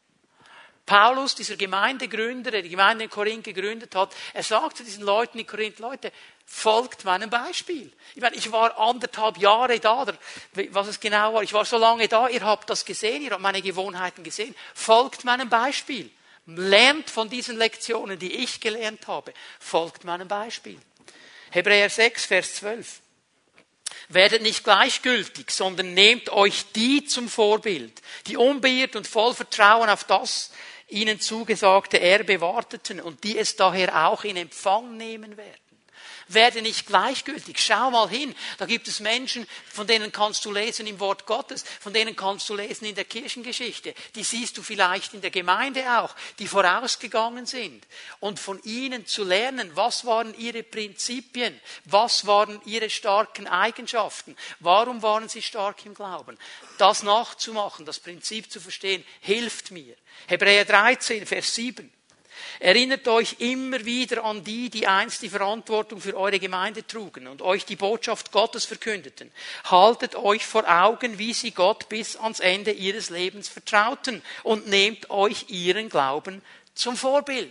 Paulus, dieser Gemeindegründer, der die Gemeinde in Korinth gegründet hat, er sagt zu diesen Leuten in Korinth, Leute, folgt meinem Beispiel. Ich meine, ich war anderthalb Jahre da, oder was es genau war, ich war so lange da, ihr habt das gesehen, ihr habt meine Gewohnheiten gesehen. Folgt meinem Beispiel. Lernt von diesen Lektionen, die ich gelernt habe. Folgt meinem Beispiel. Hebräer sechs, Vers zwölf. Werdet nicht gleichgültig, sondern nehmt euch die zum Vorbild, die unbeirrt und voll Vertrauen auf das ihnen zugesagte Erbe warteten und die es daher auch in Empfang nehmen werden. Werde nicht gleichgültig. Schau mal hin. Da gibt es Menschen, von denen kannst du lesen im Wort Gottes, von denen kannst du lesen in der Kirchengeschichte. Die siehst du vielleicht in der Gemeinde auch, die vorausgegangen sind. Und von ihnen zu lernen, was waren ihre Prinzipien, was waren ihre starken Eigenschaften, warum waren sie stark im Glauben. Das nachzumachen, das Prinzip zu verstehen, hilft mir. Hebräer dreizehn, Vers sieben. Erinnert euch immer wieder an die, die einst die Verantwortung für eure Gemeinde trugen und euch die Botschaft Gottes verkündeten. Haltet euch vor Augen, wie sie Gott bis ans Ende ihres Lebens vertrauten und nehmt euch ihren Glauben zum Vorbild.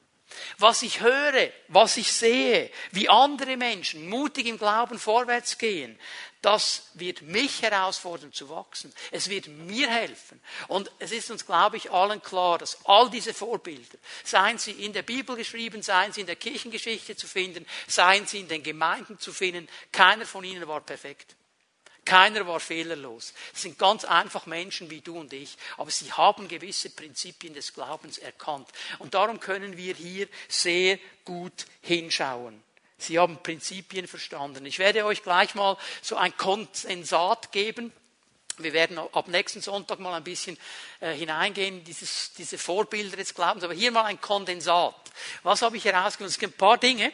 Was ich höre, was ich sehe, wie andere Menschen mutig im Glauben vorwärts gehen, das wird mich herausfordern zu wachsen. Es wird mir helfen. Und es ist uns, glaube ich, allen klar, dass all diese Vorbilder, seien sie in der Bibel geschrieben, seien sie in der Kirchengeschichte zu finden, seien sie in den Gemeinden zu finden, keiner von ihnen war perfekt. Keiner war fehlerlos. Es sind ganz einfach Menschen wie du und ich, aber sie haben gewisse Prinzipien des Glaubens erkannt. Und darum können wir hier sehr gut hinschauen. Sie haben Prinzipien verstanden. Ich werde euch gleich mal so ein Kondensat geben. Wir werden ab nächsten Sonntag mal ein bisschen äh, hineingehen in dieses, diese Vorbilder des Glaubens. Aber hier mal ein Kondensat. Was habe ich herausgefunden? Es gibt ein paar Dinge,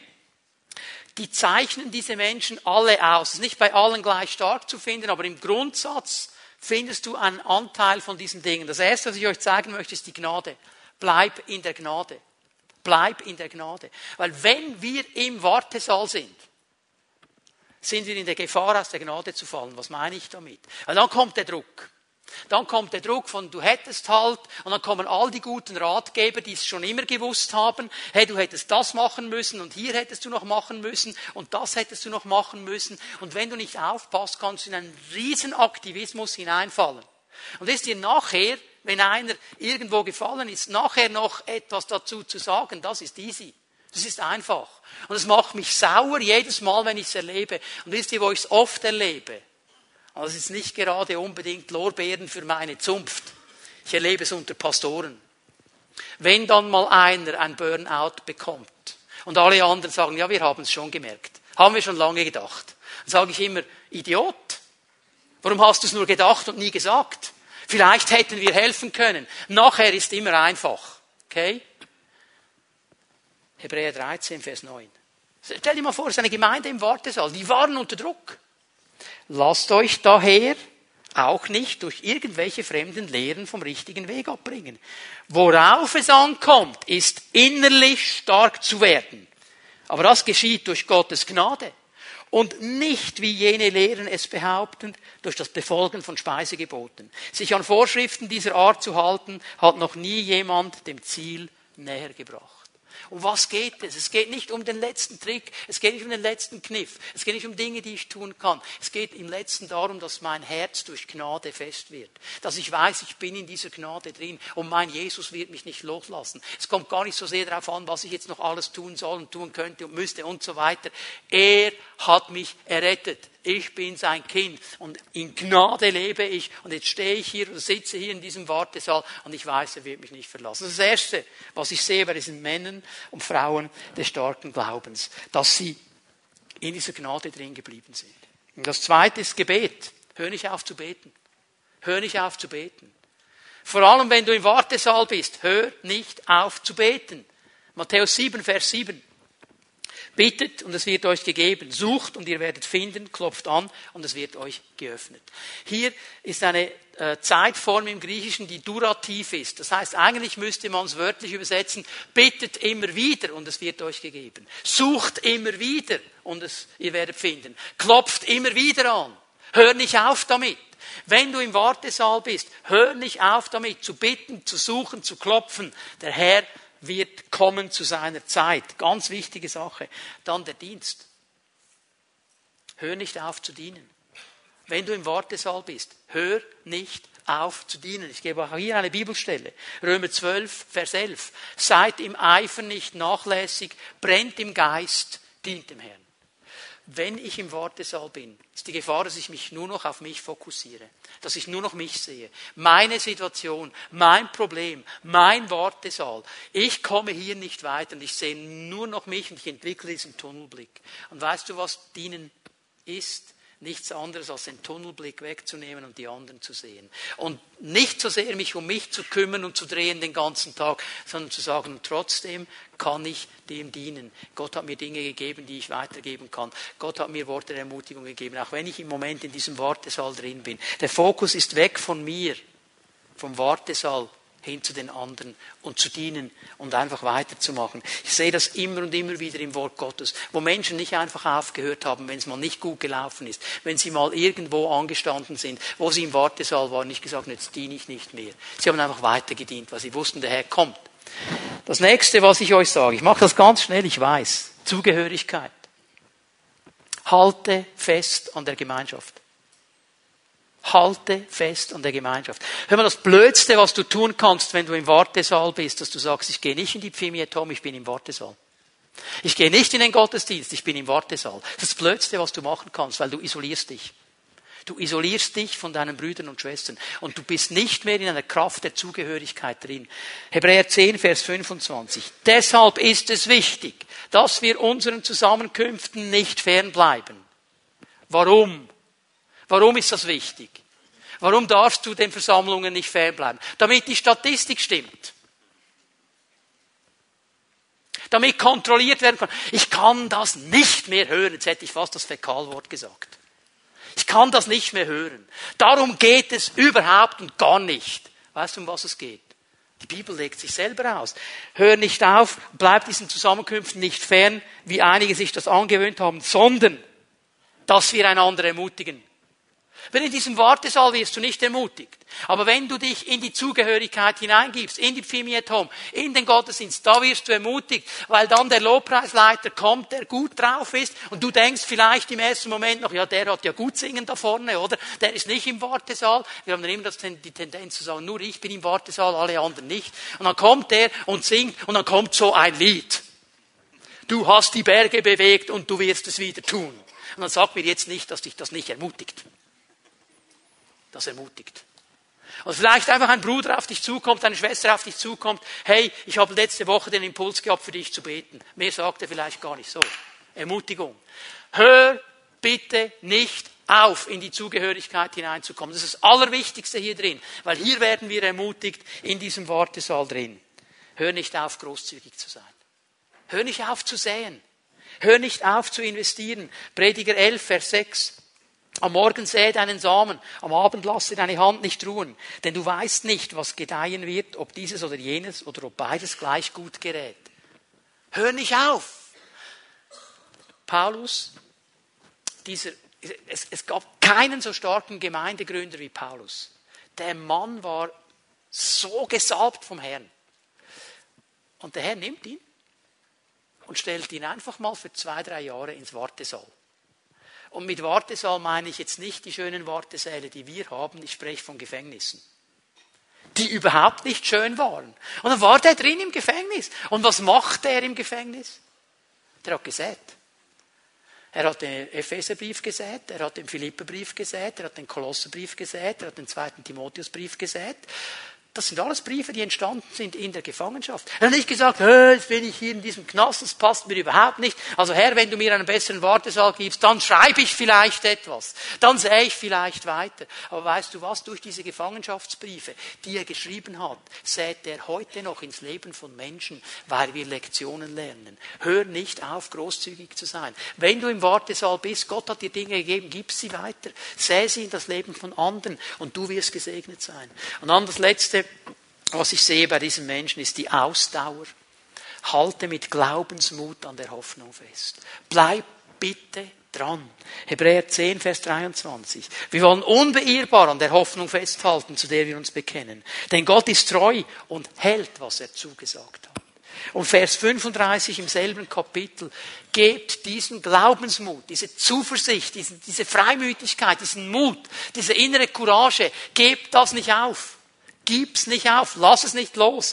die zeichnen diese Menschen alle aus. Es ist nicht bei allen gleich stark zu finden, aber im Grundsatz findest du einen Anteil von diesen Dingen. Das Erste, was ich euch zeigen möchte, ist die Gnade. Bleib in der Gnade. Bleib in der Gnade. Weil wenn wir im Wartesaal sind, sind wir in der Gefahr, aus der Gnade zu fallen. Was meine ich damit? Weil dann kommt der Druck. Dann kommt der Druck von, du hättest halt, und dann kommen all die guten Ratgeber, die es schon immer gewusst haben, hey, du hättest das machen müssen und hier hättest du noch machen müssen und das hättest du noch machen müssen. Und wenn du nicht aufpasst, kannst du in einen riesen Aktivismus hineinfallen. Und ist dir nachher, wenn einer irgendwo gefallen ist, nachher noch etwas dazu zu sagen, das ist easy. Das ist einfach. Und es macht mich sauer jedes Mal, wenn ich es erlebe. Und wisst ihr, wo ich es oft erlebe? Also es ist nicht gerade unbedingt Lorbeeren für meine Zunft. Ich erlebe es unter Pastoren. Wenn dann mal einer ein Burnout bekommt Und alle anderen sagen, ja, wir haben es schon gemerkt. Haben wir schon lange gedacht. Dann sage ich immer, Idiot. Warum hast du es nur gedacht und nie gesagt? Vielleicht hätten wir helfen können. Nachher ist immer einfach. Okay? Hebräer dreizehn, Vers neun. Stell dir mal vor, es ist eine Gemeinde im Wartesaal. Die waren unter Druck. Lasst euch daher auch nicht durch irgendwelche fremden Lehren vom richtigen Weg abbringen. Worauf es ankommt, ist innerlich stark zu werden. Aber das geschieht durch Gottes Gnade. Und nicht, wie jene Lehren es behaupten, durch das Befolgen von Speisegeboten. Sich an Vorschriften dieser Art zu halten, hat noch nie jemand dem Ziel näher gebracht. Um was geht es? Es geht nicht um den letzten Trick, es geht nicht um den letzten Kniff, es geht nicht um Dinge, die ich tun kann. Es geht im Letzten darum, dass mein Herz durch Gnade fest wird. Dass ich weiß, ich bin in dieser Gnade drin und mein Jesus wird mich nicht loslassen. Es kommt gar nicht so sehr darauf an, was ich jetzt noch alles tun soll und tun könnte und müsste und so weiter. Er hat mich errettet. Ich bin sein Kind und in Gnade lebe ich und jetzt stehe ich hier oder sitze hier in diesem Wartesaal und ich weiß, er wird mich nicht verlassen. Das ist das Erste, was ich sehe bei diesen Männern und Frauen des starken Glaubens, dass sie in dieser Gnade drin geblieben sind. Und das Zweite ist Gebet. Hör nicht auf zu beten. Hör nicht auf zu beten. Vor allem, wenn du im Wartesaal bist, hör nicht auf zu beten. Matthäus sieben, Vers sieben. Bittet und es wird euch gegeben. Sucht und ihr werdet finden. Klopft an und es wird euch geöffnet. Hier ist eine äh, Zeitform im Griechischen, die durativ ist. Das heißt, eigentlich müsste man es wörtlich übersetzen. Bittet immer wieder und es wird euch gegeben. Sucht immer wieder und es, ihr werdet finden. Klopft immer wieder an. Hör nicht auf damit. Wenn du im Wartesaal bist, hör nicht auf damit, zu bitten, zu suchen, zu klopfen. Der Herr wird kommen zu seiner Zeit. Ganz wichtige Sache. Dann der Dienst. Hör nicht auf zu dienen. Wenn du im Wartesaal bist, hör nicht auf zu dienen. Ich gebe auch hier eine Bibelstelle. Römer zwölf, Vers elf. Seid im Eifer nicht nachlässig, brennt im Geist, dient dem Herrn. Wenn ich im Wartesaal bin, ist die Gefahr, dass ich mich nur noch auf mich fokussiere. Dass ich nur noch mich sehe. Meine Situation, mein Problem, mein Wartesaal. Ich komme hier nicht weiter und ich sehe nur noch mich und ich entwickle diesen Tunnelblick. Und weißt du, was dienen ist? Nichts anderes als den Tunnelblick wegzunehmen und die anderen zu sehen. Und nicht so sehr mich um mich zu kümmern und zu drehen den ganzen Tag, sondern zu sagen, trotzdem kann ich dem dienen. Gott hat mir Dinge gegeben, die ich weitergeben kann. Gott hat mir Worte der Ermutigung gegeben, auch wenn ich im Moment in diesem Wartesaal drin bin. Der Fokus ist weg von mir, vom Wartesaal hin zu den anderen und zu dienen und einfach weiterzumachen. Ich sehe das immer und immer wieder im Wort Gottes, wo Menschen nicht einfach aufgehört haben, wenn es mal nicht gut gelaufen ist, wenn sie mal irgendwo angestanden sind, wo sie im Wartesaal waren, nicht gesagt, jetzt diene ich nicht mehr. Sie haben einfach weiter gedient, weil sie wussten, der Herr kommt. Das nächste, was ich euch sage, ich mache das ganz schnell, ich weiß, Zugehörigkeit. Halte fest an der Gemeinschaft. Halte fest an der Gemeinschaft. Hör mal, das Blödste, was du tun kannst, wenn du im Wartesaal bist, dass du sagst, ich gehe nicht in die Pfimietom, ich bin im Wartesaal. Ich gehe nicht in den Gottesdienst, ich bin im Wartesaal. Das ist das Blödste, was du machen kannst, weil du isolierst dich. Du isolierst dich von deinen Brüdern und Schwestern und du bist nicht mehr in einer Kraft der Zugehörigkeit drin. Hebräer zehn, Vers fünfundzwanzig. Deshalb ist es wichtig, dass wir unseren Zusammenkünften nicht fernbleiben. Warum? Warum ist das wichtig? Warum darfst du den Versammlungen nicht fernbleiben? Damit die Statistik stimmt. Damit kontrolliert werden kann. Ich kann das nicht mehr hören. Jetzt hätte ich fast das Fäkalwort gesagt. Ich kann das nicht mehr hören. Darum geht es überhaupt und gar nicht. Weißt du, um was es geht? Die Bibel legt sich selber aus. Hör nicht auf, bleib diesen Zusammenkünften nicht fern, wie einige sich das angewöhnt haben, sondern, dass wir einander ermutigen. Wenn in diesem Wartesaal wirst du nicht ermutigt. Aber wenn du dich in die Zugehörigkeit hineingibst, in die Pfimietom, in den Gottesdienst, da wirst du ermutigt, weil dann der Lobpreisleiter kommt, der gut drauf ist und du denkst vielleicht im ersten Moment noch, ja, der hat ja gut singen da vorne, oder? Der ist nicht im Wartesaal. Wir haben dann immer das, die Tendenz zu sagen, nur ich bin im Wartesaal, alle anderen nicht. Und dann kommt der und singt und dann kommt so ein Lied. Du hast die Berge bewegt und du wirst es wieder tun. Und dann sag mir jetzt nicht, dass dich das nicht ermutigt. Das ermutigt. Und vielleicht einfach ein Bruder auf dich zukommt, eine Schwester auf dich zukommt, hey, ich habe letzte Woche den Impuls gehabt, für dich zu beten. Mehr sagt er vielleicht gar nicht so. Ermutigung. Hör bitte nicht auf, in die Zugehörigkeit hineinzukommen. Das ist das Allerwichtigste hier drin, weil hier werden wir ermutigt in diesem Wartesaal drin. Hör nicht auf, großzügig zu sein. Hör nicht auf zu säen. Hör nicht auf zu investieren. Prediger elf, Vers sechs. Am Morgen säe deinen Samen, am Abend lasse deine Hand nicht ruhen, denn du weißt nicht, was gedeihen wird, ob dieses oder jenes oder ob beides gleich gut gerät. Hör nicht auf. Paulus, dieser, es, es gab keinen so starken Gemeindegründer wie Paulus. Der Mann war so gesalbt vom Herrn. Und der Herr nimmt ihn und stellt ihn einfach mal für zwei, drei Jahre ins Wartesaal. Und mit Wartesaal meine ich jetzt nicht die schönen Wartesäle, die wir haben, ich spreche von Gefängnissen, die überhaupt nicht schön waren. Und dann war der drin im Gefängnis. Und was macht er im Gefängnis? Der hat gesät. Er hat den Epheserbrief gesät, er hat den Philipperbrief gesät, er hat den Kolosserbrief gesät, er hat den zweiten Timotheusbrief gesät. Das sind alles Briefe, die entstanden sind in der Gefangenschaft. Er hat nicht gesagt, hey, jetzt bin ich hier in diesem Knast, das passt mir überhaupt nicht. Also Herr, wenn du mir einen besseren Wartesaal gibst, dann schreibe ich vielleicht etwas. Dann sähe ich vielleicht weiter. Aber weißt du was, durch diese Gefangenschaftsbriefe, die er geschrieben hat, sät er heute noch ins Leben von Menschen, weil wir Lektionen lernen. Hör nicht auf, großzügig zu sein. Wenn du im Wartesaal bist, Gott hat dir Dinge gegeben, gib sie weiter. Sähe sie in das Leben von anderen und du wirst gesegnet sein. Und dann das Letzte, was ich sehe bei diesen Menschen, ist die Ausdauer. Halte mit Glaubensmut an der Hoffnung fest. Bleib bitte dran. Hebräer zehn, Vers dreiundzwanzig. Wir wollen unbeirrbar an der Hoffnung festhalten, zu der wir uns bekennen. Denn Gott ist treu und hält, was er zugesagt hat. Und Vers fünfunddreißig im selben Kapitel. Gebt diesen Glaubensmut, diese Zuversicht, diese, diese Freimütigkeit, diesen Mut, diese innere Courage, gebt das nicht auf. Gib's nicht auf, lass es nicht los.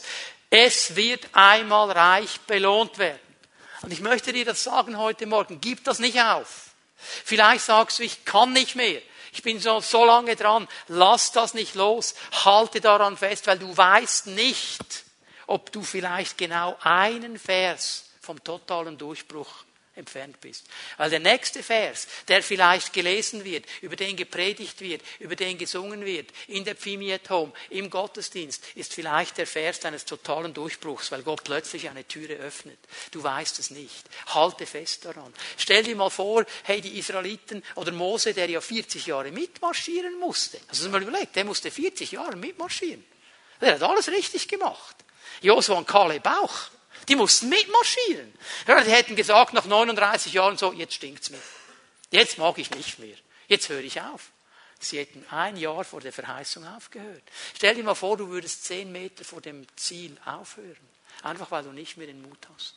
Es wird einmal reich belohnt werden. Und ich möchte dir das sagen heute Morgen, gib das nicht auf. Vielleicht sagst du, ich kann nicht mehr. Ich bin so, so lange dran. Lass das nicht los. Halte daran fest, weil du weißt nicht, ob du vielleicht genau einen Vers vom totalen Durchbruch entfernt bist. Weil der nächste Vers, der vielleicht gelesen wird, über den gepredigt wird, über den gesungen wird, in der Pfimi at Home, im Gottesdienst, ist vielleicht der Vers deines totalen Durchbruchs, weil Gott plötzlich eine Türe öffnet. Du weißt es nicht. Halte fest daran. Stell dir mal vor, hey, die Israeliten oder Mose, der ja vierzig Jahre mitmarschieren musste. Hast du dir mal überlegt, der musste vierzig Jahre mitmarschieren. Der hat alles richtig gemacht. Josua und Kaleb auch. Die mussten mitmarschieren. Ja, die hätten gesagt, nach neununddreißig Jahren so, jetzt stinkt's mir. Jetzt mag ich nicht mehr. Jetzt höre ich auf. Sie hätten ein Jahr vor der Verheißung aufgehört. Stell dir mal vor, du würdest zehn Meter vor dem Ziel aufhören. Einfach weil du nicht mehr den Mut hast.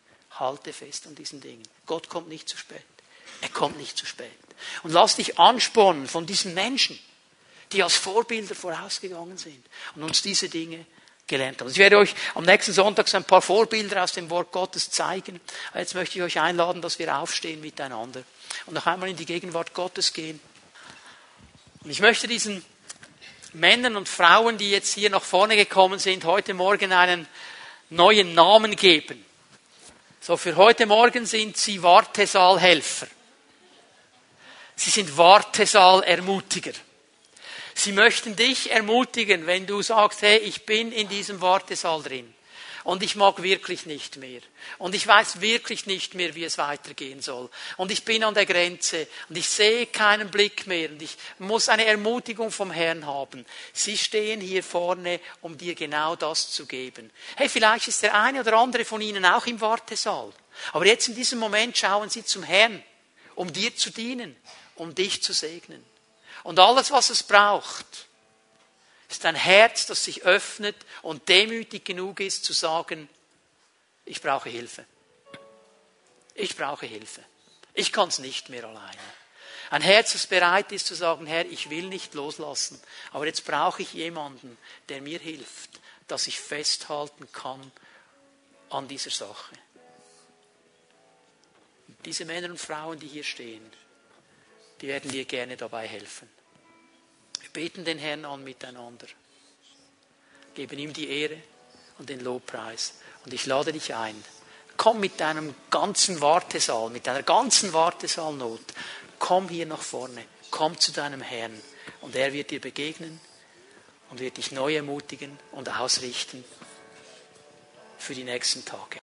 Halte fest an diesen Dingen. Gott kommt nicht zu spät. Er kommt nicht zu spät. Und lass dich anspornen von diesen Menschen, die als Vorbilder vorausgegangen sind und uns diese Dinge gelernt haben. Ich werde euch am nächsten Sonntag so ein paar Vorbilder aus dem Wort Gottes zeigen. Jetzt möchte ich euch einladen, dass wir aufstehen miteinander und noch einmal in die Gegenwart Gottes gehen. Und ich möchte diesen Männern und Frauen, die jetzt hier nach vorne gekommen sind, heute Morgen einen neuen Namen geben. So, für heute Morgen sind sie Wartesaalhelfer. Sie sind Wartesaalermutiger. Sie möchten dich ermutigen, wenn du sagst, hey, ich bin in diesem Wartesaal drin und ich mag wirklich nicht mehr und ich weiß wirklich nicht mehr, wie es weitergehen soll und ich bin an der Grenze und ich sehe keinen Blick mehr und ich muss eine Ermutigung vom Herrn haben. Sie stehen hier vorne, um dir genau das zu geben. Hey, vielleicht ist der eine oder andere von ihnen auch im Wartesaal, aber jetzt in diesem Moment schauen sie zum Herrn, um dir zu dienen, um dich zu segnen. Und alles, was es braucht, ist ein Herz, das sich öffnet und demütig genug ist, zu sagen, ich brauche Hilfe. Ich brauche Hilfe. Ich kann es nicht mehr alleine. Ein Herz, das bereit ist zu sagen, Herr, ich will nicht loslassen, aber jetzt brauche ich jemanden, der mir hilft, dass ich festhalten kann an dieser Sache. Und diese Männer und Frauen, die hier stehen, die werden dir gerne dabei helfen. Wir beten den Herrn an miteinander. Geben ihm die Ehre und den Lobpreis. Und ich lade dich ein. Komm mit deinem ganzen Wartesaal, mit deiner ganzen Wartesaalnot. Komm hier nach vorne. Komm zu deinem Herrn. Und er wird dir begegnen und wird dich neu ermutigen und ausrichten für die nächsten Tage.